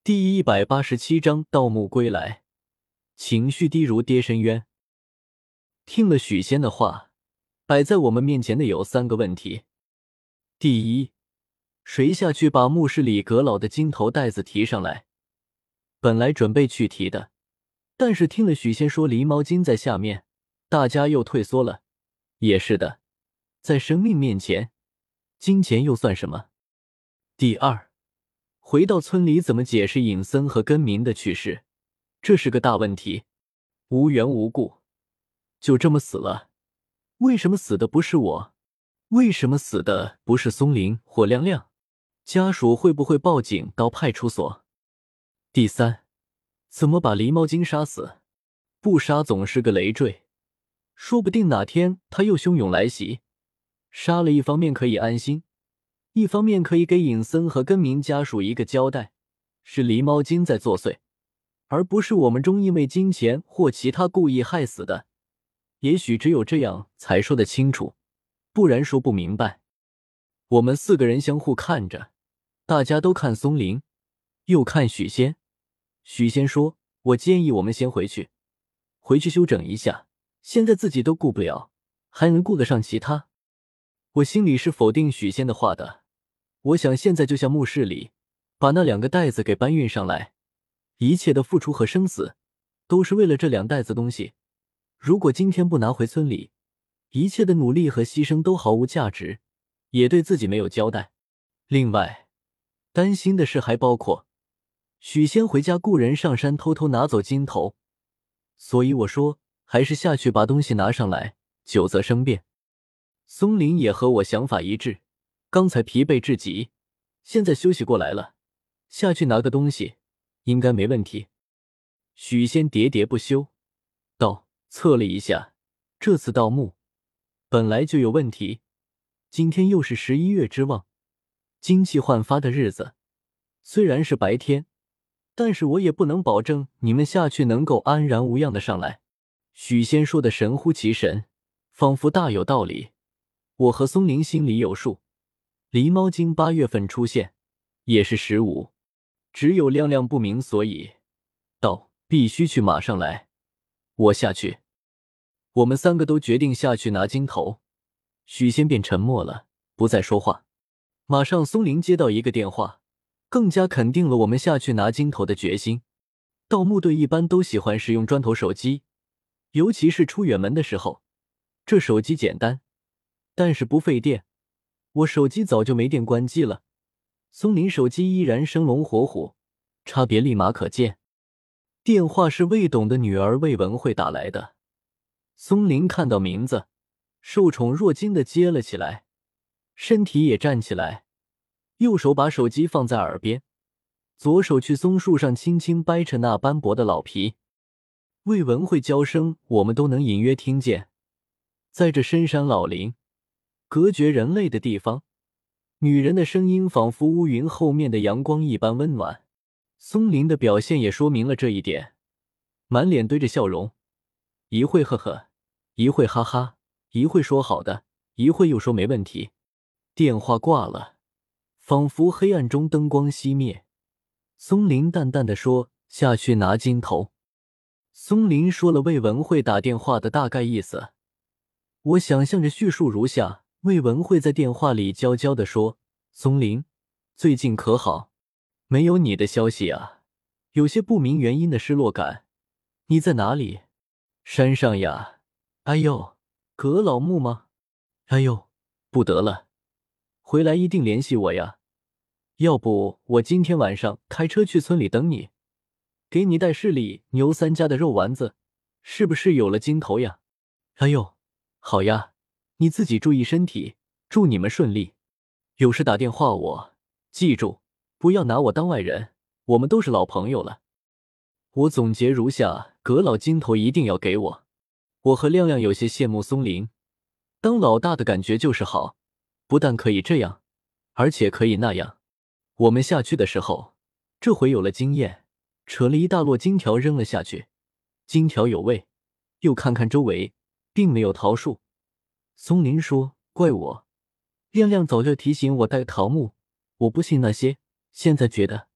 第187章盗墓归来，情绪低如跌深渊。听了许仙的话，摆在我们面前的有3个问题。第一，谁下去把墓室里阁老的金头袋子提上来？本来准备去提的，但是听了许仙说狸猫精在下面，大家又退缩了。也是的，在生命面前，金钱又算什么？第二，回到村里怎么解释尹森和根明的去世？这是个大问题。无缘无故就这么死了，为什么死的不是我？为什么死的不是松林或亮亮？家属会不会报警到派出所？第三，怎么把狸猫精杀死？不杀总是个累赘，说不定哪天他又汹涌来袭，杀了一方面可以安心，一方面可以给尹森和根明家属一个交代，是狸猫精在作祟，而不是我们中因为金钱或其他故意害死的。也许只有这样才说得清楚，不然说不明白。我们4个人相互看着，大家都看松林，又看许仙。许仙说，我建议我们先回去休整一下，现在自己都顾不了，还能顾得上其他？我心里是否定许仙的话的。我想现在就像墓室里把那2个袋子给搬运上来，一切的付出和生死都是为了这2袋子东西。如果今天不拿回村里，一切的努力和牺牲都毫无价值，也对自己没有交代。另外担心的事还包括许仙回家雇人上山偷偷拿走金头，所以我说还是下去把东西拿上来，久则生变。松林也和我想法一致，刚才疲惫至极，现在休息过来了，下去拿个东西应该没问题。许仙喋喋不休道，测了一下，这次盗墓本来就有问题，今天又是11月之望，精气焕发的日子，虽然是白天，但是我也不能保证你们下去能够安然无恙的上来。许仙说的神乎其神，仿佛大有道理。我和松林心里有数，狸猫精8月份出现，也是15，只有亮亮不明所以，道必须去马上来。我下去。我们3个都决定下去拿金头，许仙便沉默了，不再说话。马上松林接到一个电话，更加肯定了我们下去拿金头的决心。盗墓队一般都喜欢使用砖头手机，尤其是出远门的时候，这手机简单，但是不费电。我手机早就没电关机了，松林手机依然生龙活虎，差别立马可见。电话是魏董的女儿魏文慧打来的。松林看到名字，受宠若惊地接了起来，身体也站起来，右手把手机放在耳边，左手去松树上轻轻掰扯那斑驳的老皮。魏文慧娇声我们都能隐约听见，在这深山老林隔绝人类的地方，女人的声音仿佛乌云后面的阳光一般温暖。松林的表现也说明了这一点，满脸堆着笑容，一会呵呵，一会哈哈，一会说好的，一会又说没问题。电话挂了，仿佛黑暗中灯光熄灭。松林淡淡地说，下去拿金头。松林说了魏文慧打电话的大概意思，我想象着叙述如下。魏文慧在电话里娇娇地说，松林，最近可好？没有你的消息啊，有些不明原因的失落感。你在哪里？山上呀。哎呦，阁老墓吗？哎呦，不得了，回来一定联系我呀，要不我今天晚上开车去村里等你，给你带市里牛3家的肉丸子，是不是有了金头呀？哎呦，好呀，你自己注意身体，祝你们顺利。有事打电话我，记住不要拿我当外人，我们都是老朋友了。我总结如下，阁老金头一定要给我。我和亮亮有些羡慕松林，当老大的感觉就是好，不但可以这样，而且可以那样。我们下去的时候，这回有了经验，扯了一大摞金条扔了下去，金条有味，又看看周围，并没有桃树。松林说，怪我，亮亮早就提醒我带桃木，我不信那些，现在觉得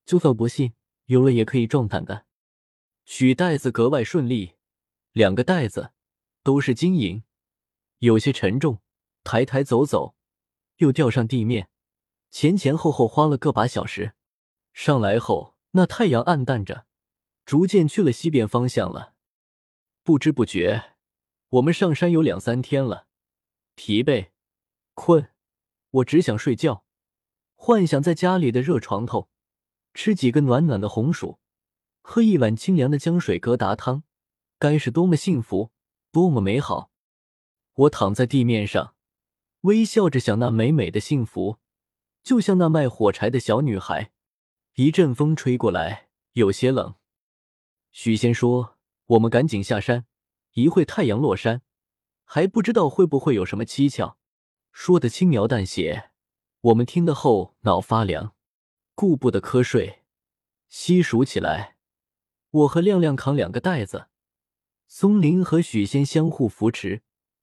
就算不信，有了也可以壮胆的。取袋子格外顺利，2个袋子都是金银，有些沉重，抬抬走走又掉上地面，前前后后花了个把小时。上来后，那太阳暗淡着，逐渐去了西边方向了。不知不觉我们上山有2、3天了，疲惫困，我只想睡觉，幻想在家里的热床头吃几个暖暖的红薯，喝一碗清凉的姜水疙瘩汤，该是多么幸福，多么美好。我躺在地面上，微笑着想那美美的幸福，就像那卖火柴的小女孩。一阵风吹过来，有些冷。许仙说，我们赶紧下山，一会太阳落山，还不知道会不会有什么蹊跷。说得轻描淡写，我们听得后脑发凉，顾不得瞌睡，细数起来，我和亮亮扛2个袋子，松林和许仙相互扶持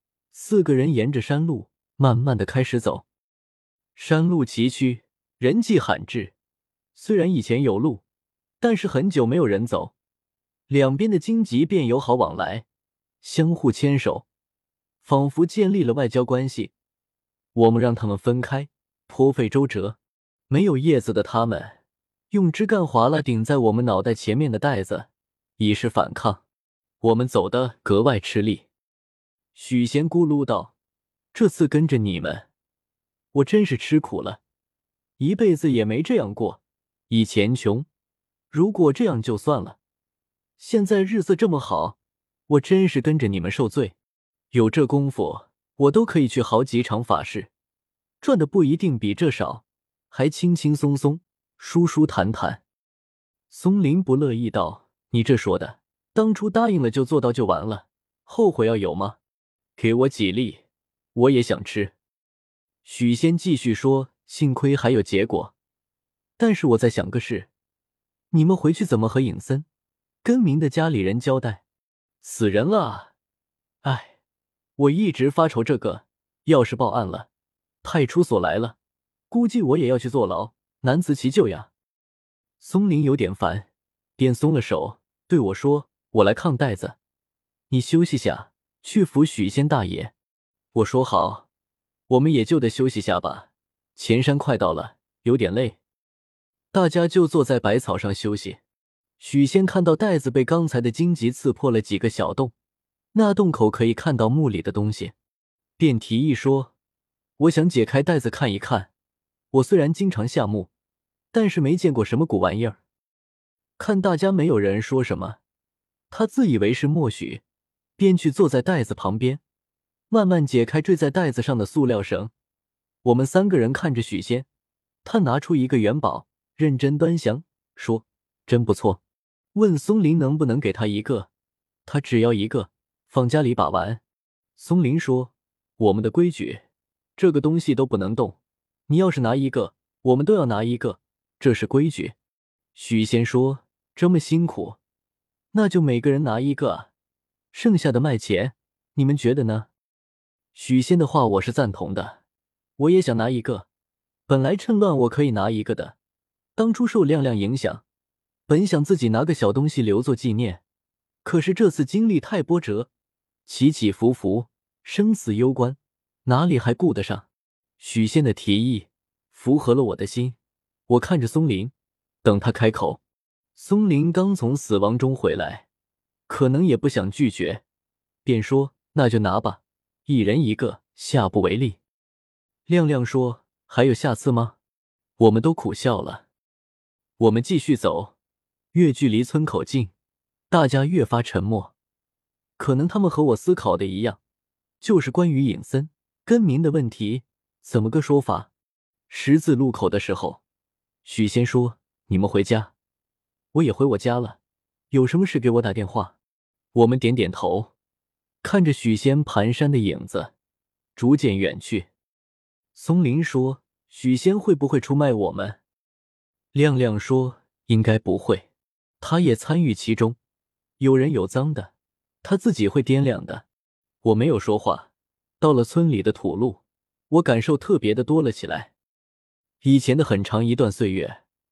，4个人沿着山路慢慢的开始走。山路崎岖，人迹罕至，虽然以前有路，但是很久没有人走，两边的荆棘便友好往来，相互牵手，仿佛建立了外交关系。我们让他们分开，颇费周折。没有叶子的他们用枝干划拉顶在我们脑袋前面的袋子，以示反抗。我们走得格外吃力。许仙咕噜道，这次跟着你们，我真是吃苦了，一辈子也没这样过。以前穷，如果这样就算了，现在日子这么好，我真是跟着你们受罪。有这功夫，我都可以去好几场法事，赚的不一定比这少，还轻轻松松，舒舒坦坦。松林不乐意道，你这说的，当初答应了就做到就完了，后悔要有吗？给我几粒，我也想吃。许仙继续说，幸亏还有结果，但是我在想个事，你们回去怎么和尹森、根明的家里人交代？死人了啊！哎，我一直发愁这个，要是报案了，派出所来了，估计我也要去坐牢，难辞其咎呀。松林有点烦，便松了手，对我说，我来扛袋子，你休息下，去扶许仙大爷。我说好，我们也就得休息下吧，前山快到了，有点累。大家就坐在百草上休息。许仙看到袋子被刚才的荆棘刺破了几个小洞，那洞口可以看到墓里的东西，便提议说，我想解开袋子看一看，我虽然经常下墓，但是没见过什么古玩意儿。看大家没有人说什么，他自以为是默许，便去坐在袋子旁边，慢慢解开坠在袋子上的塑料绳。我们3个人看着许仙，他拿出一个元宝，认真端详，说，真不错。问松林能不能给他一个，他只要一个，放家里把玩。松林说，我们的规矩，这个东西都不能动，你要是拿一个，我们都要拿一个，这是规矩。许仙说，这么辛苦，那就每个人拿一个啊，剩下的卖钱，你们觉得呢？许仙的话我是赞同的，我也想拿一个，本来趁乱我可以拿一个的，当初受亮亮影响，本想自己拿个小东西留作纪念，可是这次经历太波折，起起伏伏，生死攸关，哪里还顾得上？许仙的提议符合了我的心，我看着松林，等他开口。松林刚从死亡中回来，可能也不想拒绝，便说，那就拿吧，一人一个，下不为例。亮亮说，还有下次吗？我们都苦笑了。我们继续走，越距离村口近，大家越发沉默。可能他们和我思考的一样，就是关于尹森、根明的问题，怎么个说法？十字路口的时候，许仙说，你们回家，我也回我家了，有什么事给我打电话。我们点点头，看着许仙蹒跚的影子逐渐远去。松林说，许仙会不会出卖我们？亮亮说，应该不会，他也参与其中，有人有赃的，他自己会掂量的。我没有说话，到了村里的土路，我感受特别的多了起来。以前的很长一段岁月，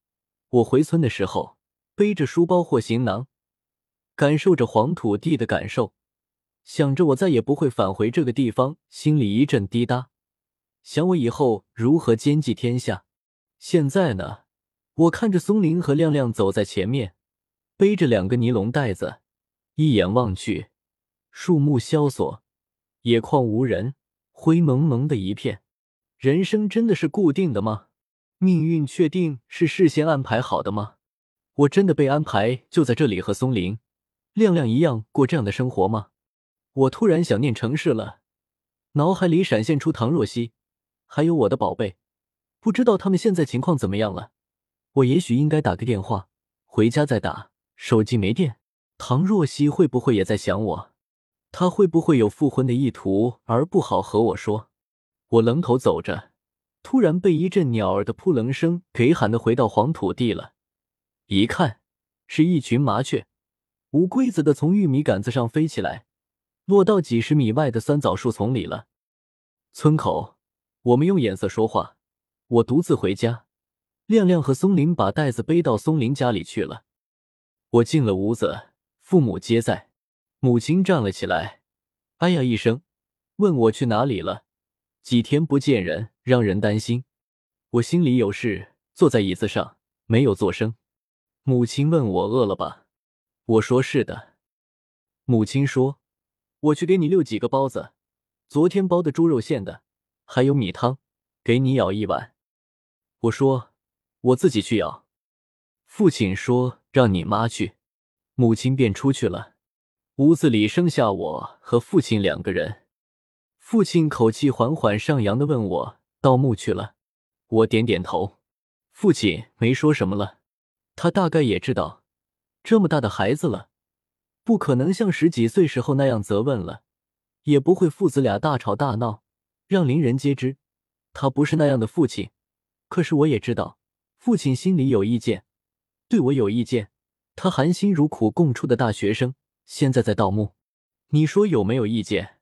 我回村的时候，背着书包或行囊，感受着黄土地的感受，想着我再也不会返回这个地方，心里一阵滴答，想我以后如何兼济天下。现在呢，我看着松林和亮亮走在前面，背着2个尼龙袋子，一眼望去，树木萧索，野旷无人，灰蒙蒙的一片。人生真的是固定的吗？命运确定是事先安排好的吗？我真的被安排就在这里和松林、亮亮一样过这样的生活吗？我突然想念城市了，脑海里闪现出唐若曦，还有我的宝贝，不知道他们现在情况怎么样了。我也许应该打个电话，回家再打，手机没电。唐若曦会不会也在想我？她会不会有复婚的意图而不好和我说？我愣头走着，突然被一阵鸟儿的扑棱声给喊得回到黄土地了。一看，是一群麻雀，无规则的从玉米杆子上飞起来，落到几十米外的酸枣树丛里了。村口，我们用眼色说话。我独自回家，亮亮和松林把袋子背到松林家里去了。我进了屋子，父母皆在。母亲站了起来，哎呀一声，问我去哪里了。几天不见人，让人担心。我心里有事，坐在椅子上，没有作声。母亲问我饿了吧？我说是的。母亲说，我去给你溜几个包子，昨天包的猪肉馅的，还有米汤，给你舀一碗。我说，我自己去舀。父亲说，让你妈去。母亲便出去了。屋子里剩下我和父亲2个人。父亲口气缓缓上扬地问我盗墓去了。我点点头。父亲没说什么了，他大概也知道，这么大的孩子了，不可能像10几岁时候那样责问了，也不会父子俩大吵大闹，让邻人皆知。他不是那样的父亲。可是我也知道，父亲心里有意见，对我有意见。他含辛茹苦供出的大学生，现在在盗墓，你说有没有意见？